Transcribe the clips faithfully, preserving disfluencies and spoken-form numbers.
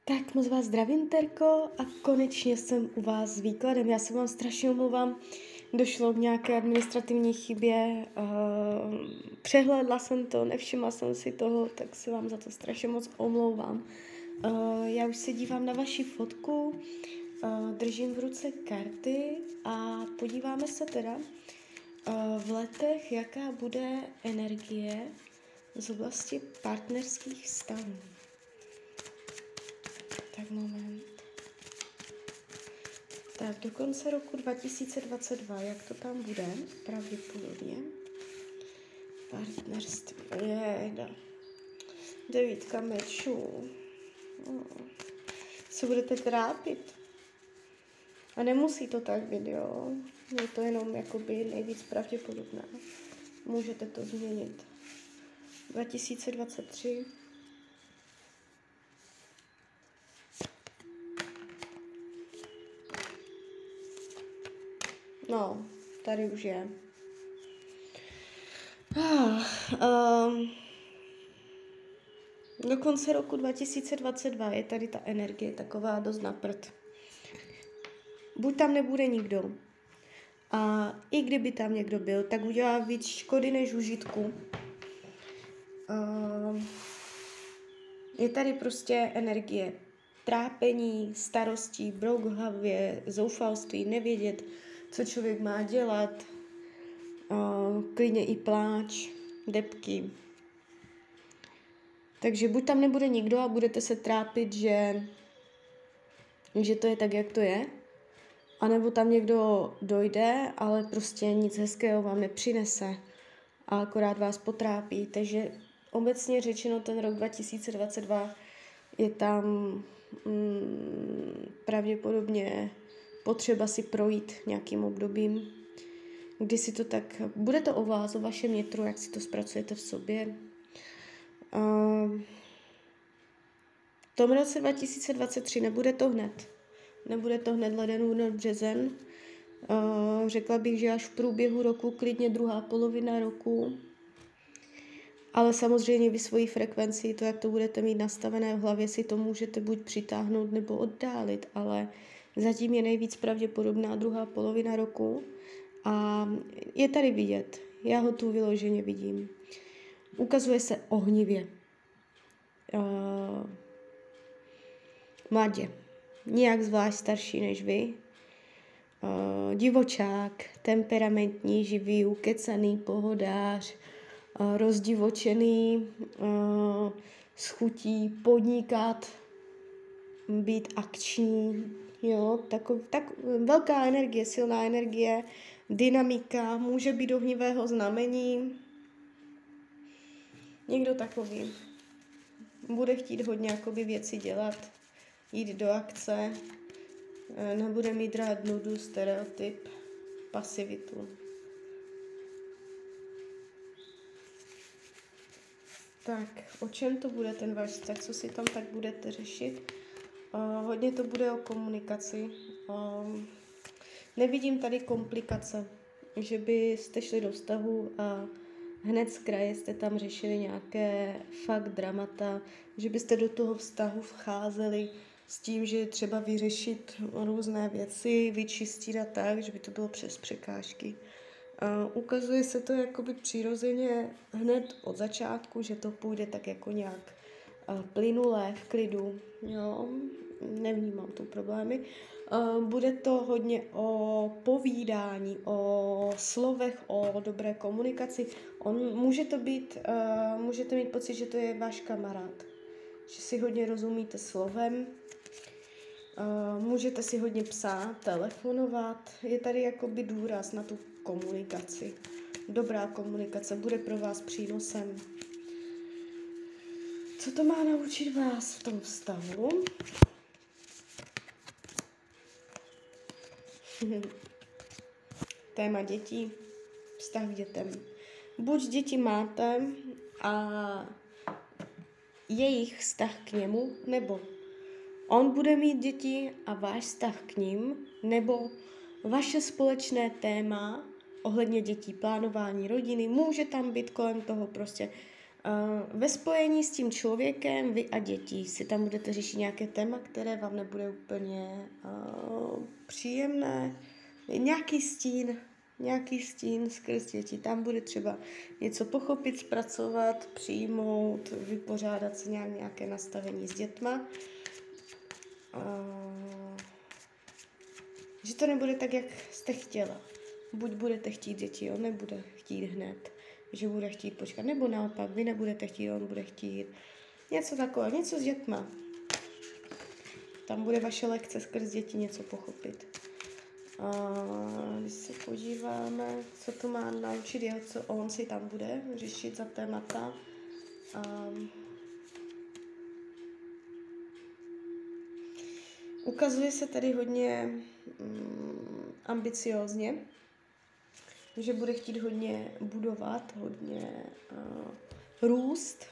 Tak moc vás zdravím, Terko, a konečně jsem u vás s výkladem. Já se vám strašně omlouvám, došlo k nějaké administrativní chybě, uh, přehlédla jsem to, nevšimla jsem si toho, tak se vám za to strašně moc omlouvám. Uh, já už se dívám na vaši fotku, uh, držím v ruce karty a podíváme se teda uh, v letech, jaká bude energie z oblasti partnerských vztahů. Tak moment. Tak do konce roku dva tisíce dvacet dva, jak to tam bude? Pravděpodobně. Partnerství. Jejda. Devítka mečů. Hmm. Se budete trápit. A nemusí to tak být, jo. Je to jenom jakoby nejvíc pravděpodobné. Můžete to změnit. dva tisíce dvacet tři. No, tady už je. Ah, um, do konce roku dva tisíce dvacet dva je tady ta energie taková dost na prd. Buď tam nebude nikdo, a i kdyby tam někdo byl, tak udělá víc škody než užitku. Um, je tady prostě energie trápení, starostí, brouk v hlavě, zoufalství, nevědět, co člověk má dělat, uh, klidně i pláč, depky. Takže buď tam nebude nikdo a budete se trápit, že, že to je tak, jak to je, anebo tam někdo dojde, ale prostě nic hezkého vám nepřinese a akorát vás potrápí. Takže obecně řečeno ten rok dva tisíce dvacet dva je tam mm, pravděpodobně potřeba si projít nějakým obdobím, kdy si to tak, bude to o vás, o vašem nitru, jak si to zpracujete v sobě. Uh, v tom roce dva tisíce dvacet tři nebude to hned. Nebude to hned leden, únor, březen. Uh, řekla bych, že až v průběhu roku, klidně druhá polovina roku. Ale samozřejmě vy svojí frekvenci, to, jak to budete mít nastavené v hlavě, si to můžete buď přitáhnout nebo oddálit, ale zatím je nejvíc pravděpodobná druhá polovina roku a je tady vidět. Já ho tu vyloženě vidím. Ukazuje se ohnivě. Uh, mladě. Nijak zvlášť starší než vy. Uh, divočák, temperamentní, živý, ukecaný, pohodář, uh, rozdivočený, uh, s chutí podnikat, být akční, jo, takov, tak velká energie, silná energie, dynamika, může být ohnivého znamení. Někdo takový bude chtít hodně jakoby věci dělat, jít do akce, nebude mít rád nudu, stereotyp, pasivitu. Tak, o čem to bude ten váš vztah, co si tam tak budete řešit? Uh, hodně to bude o komunikaci. Uh, nevidím tady komplikace, že byste šli do vztahu a hned z kraje jste tam řešili nějaké fakt dramata, že byste do toho vztahu vcházeli s tím, že je třeba vyřešit různé věci, vyčistit a tak, že by to bylo přes překážky. Uh, ukazuje se to jakoby přirozeně hned od začátku, že to půjde tak jako nějak uh, plynulé, v klidu, jo, nevnímám tu problémy. Uh, bude to hodně o povídání, o slovech, o dobré komunikaci. On, může to být, uh, můžete mít pocit, že to je váš kamarád, že si hodně rozumíte slovem, uh, můžete si hodně psát, telefonovat, je tady jakoby důraz na tu komunikaci. Dobrá komunikace bude pro vás přínosem. Co to má naučit vás v tom vztahu? Téma dětí, vztah k dětem. Buď děti máte a jejich vztah k němu, nebo on bude mít děti a váš vztah k ním, nebo vaše společné téma ohledně dětí, plánování rodiny, může tam být kolem toho prostě Uh, ve spojení s tím člověkem, vy a děti, si tam budete řešit nějaké téma, které vám nebude úplně uh, příjemné. Nějaký stín, nějaký stín skrz děti. Tam bude třeba něco pochopit, zpracovat, přijmout, vypořádat se nějak, nějaké nastavení s dětma. Uh, že to nebude tak, jak jste chtěla. Buď budete chtít děti, on nebude chtít hned, že bude chtít počkat, nebo naopak, vy nebudete chtít, on bude chtít. Něco takového, něco s dětma. Tam bude vaše lekce skrz děti něco pochopit. A když se podíváme, co tu má naučit jeho, co on si tam bude řešit za témata. Um, ukazuje se tady hodně um, ambiciózně, že bude chtít hodně budovat, hodně uh, růst,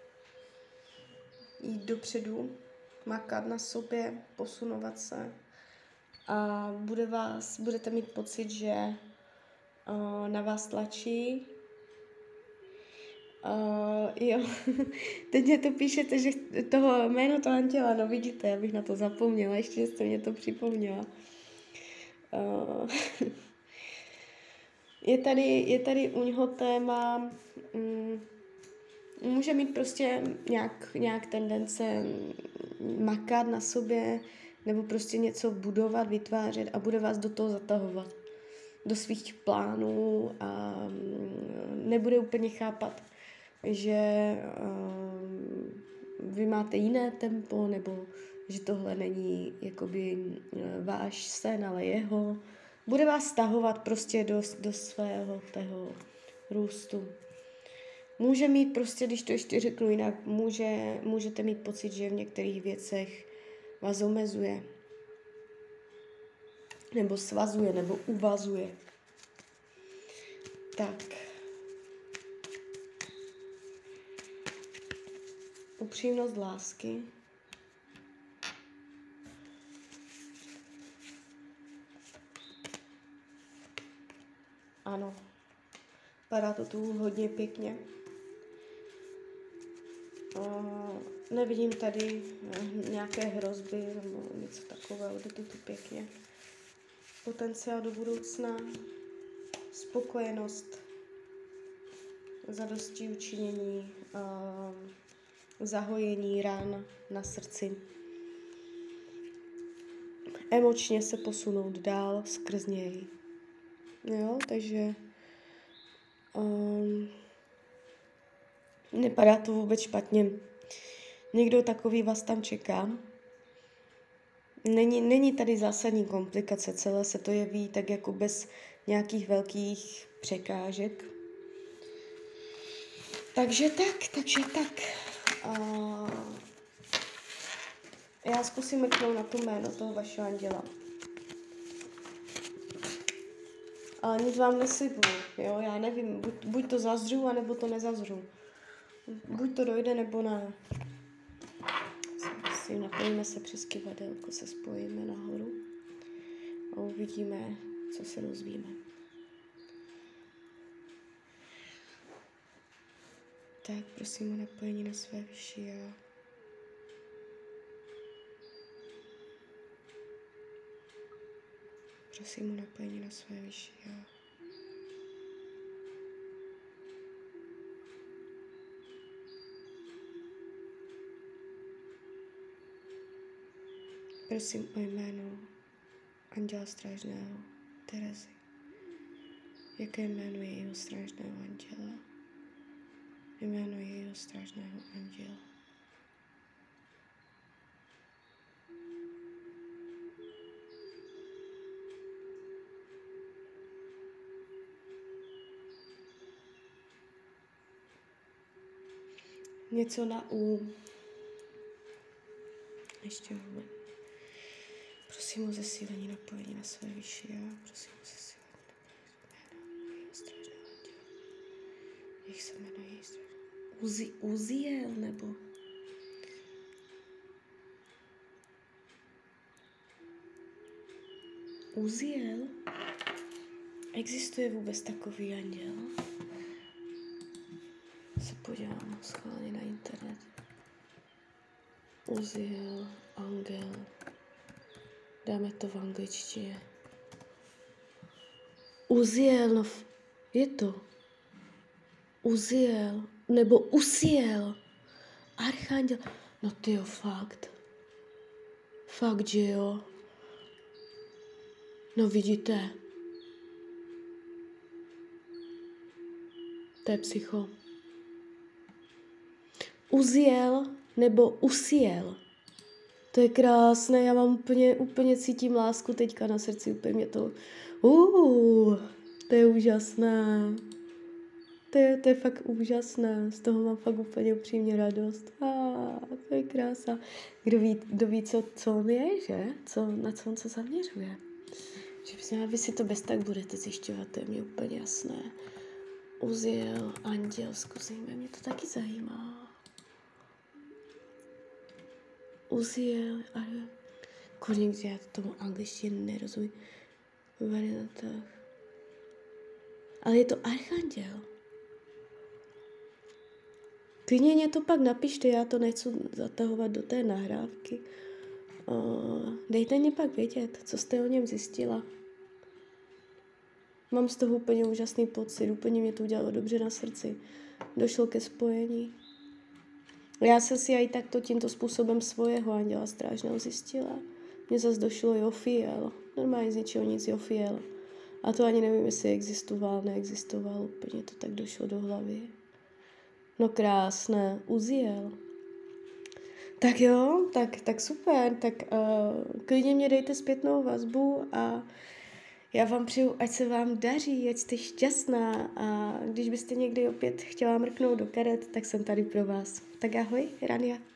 jít dopředu, makat na sobě, posunovat se. A bude vás, budete mít pocit, že uh, na vás tlačí. Uh, jo, teď mě to píšete, že toho jméno toho anděla, no vidíte, já bych na to zapomněla, ještě jste mě to připomněla. Uh, je, tady, je tady u něho téma, um, může mít prostě nějak, nějak tendence makat na sobě, nebo prostě něco budovat, vytvářet a bude vás do toho zatahovat, do svých plánů a nebude úplně chápat, že um, vy máte jiné tempo, nebo že tohle není jakoby váš sen, ale jeho. Bude vás stahovat prostě do, do svého tého růstu. Může mít prostě, když to ještě řeknu jinak, může, můžete mít pocit, že v některých věcech vás omezuje, nebo svazuje, nebo uvazuje. Tak. Upřímnost lásky. Ano. Padá to tu hodně pěkně. Uh, nevidím tady uh, nějaké hrozby nebo něco takového, jde to tu pěkně. Potenciál do budoucna, spokojenost, zadosti učinění, uh, zahojení rán na srdci. Emočně se posunout dál skrz něj. Jo, takže um, nepadá to vůbec špatně. Někdo takový vás tam čeká. Není, není tady zásadní komplikace, celé se to jeví tak jako bez nějakých velkých překážek. Takže tak, takže tak. Uh, já zkusím mrknout na to jméno toho vašeho anděla. Ale nic vám neslibuju, jo, já nevím, buď, buď to zazřu, anebo to nezazřu. Buď to dojde, nebo ne. Si napojíme se přes kivadelko, se spojíme nahoru a uvidíme, co se dozvíme. Tak prosím o napojení na své vyšší já. Prosím o napojení na své vyšší já. Prosím o jméno anděla strážného Terezy. Jaké jméno je jejího strážného anděla? Jméno jejího strážného anděla. Něco na U. Ještě vůbec. Prosím o zesílení napojení na své vyšší já. Prosím o zesílení napojení jména jejího strážného anděla. Jak se jmenuje její strážného? Uzi, Uziel nebo? Uziel? Existuje vůbec takový anděl? Se podívám schválně na internet. Uziel, angel. Dáme to v angličtině. Uziel, no je to. Uziel, nebo Usiel. Archanděl. No tyjo, fakt. Fakt, že jo. No vidíte. To je psycho. Uziel nebo Usiel. To je krásné, já mám úplně, úplně cítím lásku teďka na srdci, úplně mě to... Uh, to je úžasné. To je, to je fakt úžasné, z toho mám fakt úplně upřímně radost. Ah, to je krása. Kdo ví, kdo ví co, co on je, že? Co, na co on se zaměřuje. Že myslím, vy si to bez tak budete zjišťovat, to je mi úplně jasné. Uziel, anděl, zkusíme, mě to taky zajímá. Uziel, ale kolik, já tomu angličtině nerozumím. Variantách. Ale je to archanděl. Klidně mě to pak napište, já to nechci zatahovat do té nahrávky. Uh, dejte mě pak vědět, co jste o něm zjistila. Mám z toho úplně úžasný pocit, úplně mě to udělalo dobře na srdci. Došlo ke spojení. Já jsem si i takto tímto způsobem svého anděla strážného zjistila. Mně zase došlo Jofiel. Normálně z ničeho nic Jofiel. A to ani nevím, jestli existoval, neexistoval. Úplně to tak došlo do hlavy. No krásné. Uziel. Tak jo, tak, tak super. Tak uh, klidně mě dejte zpětnou vazbu a já vám přeju, ať se vám daří, ať jste šťastná a když byste někdy opět chtěla mrknout do karet, tak jsem tady pro vás. Tak ahoj, Rania.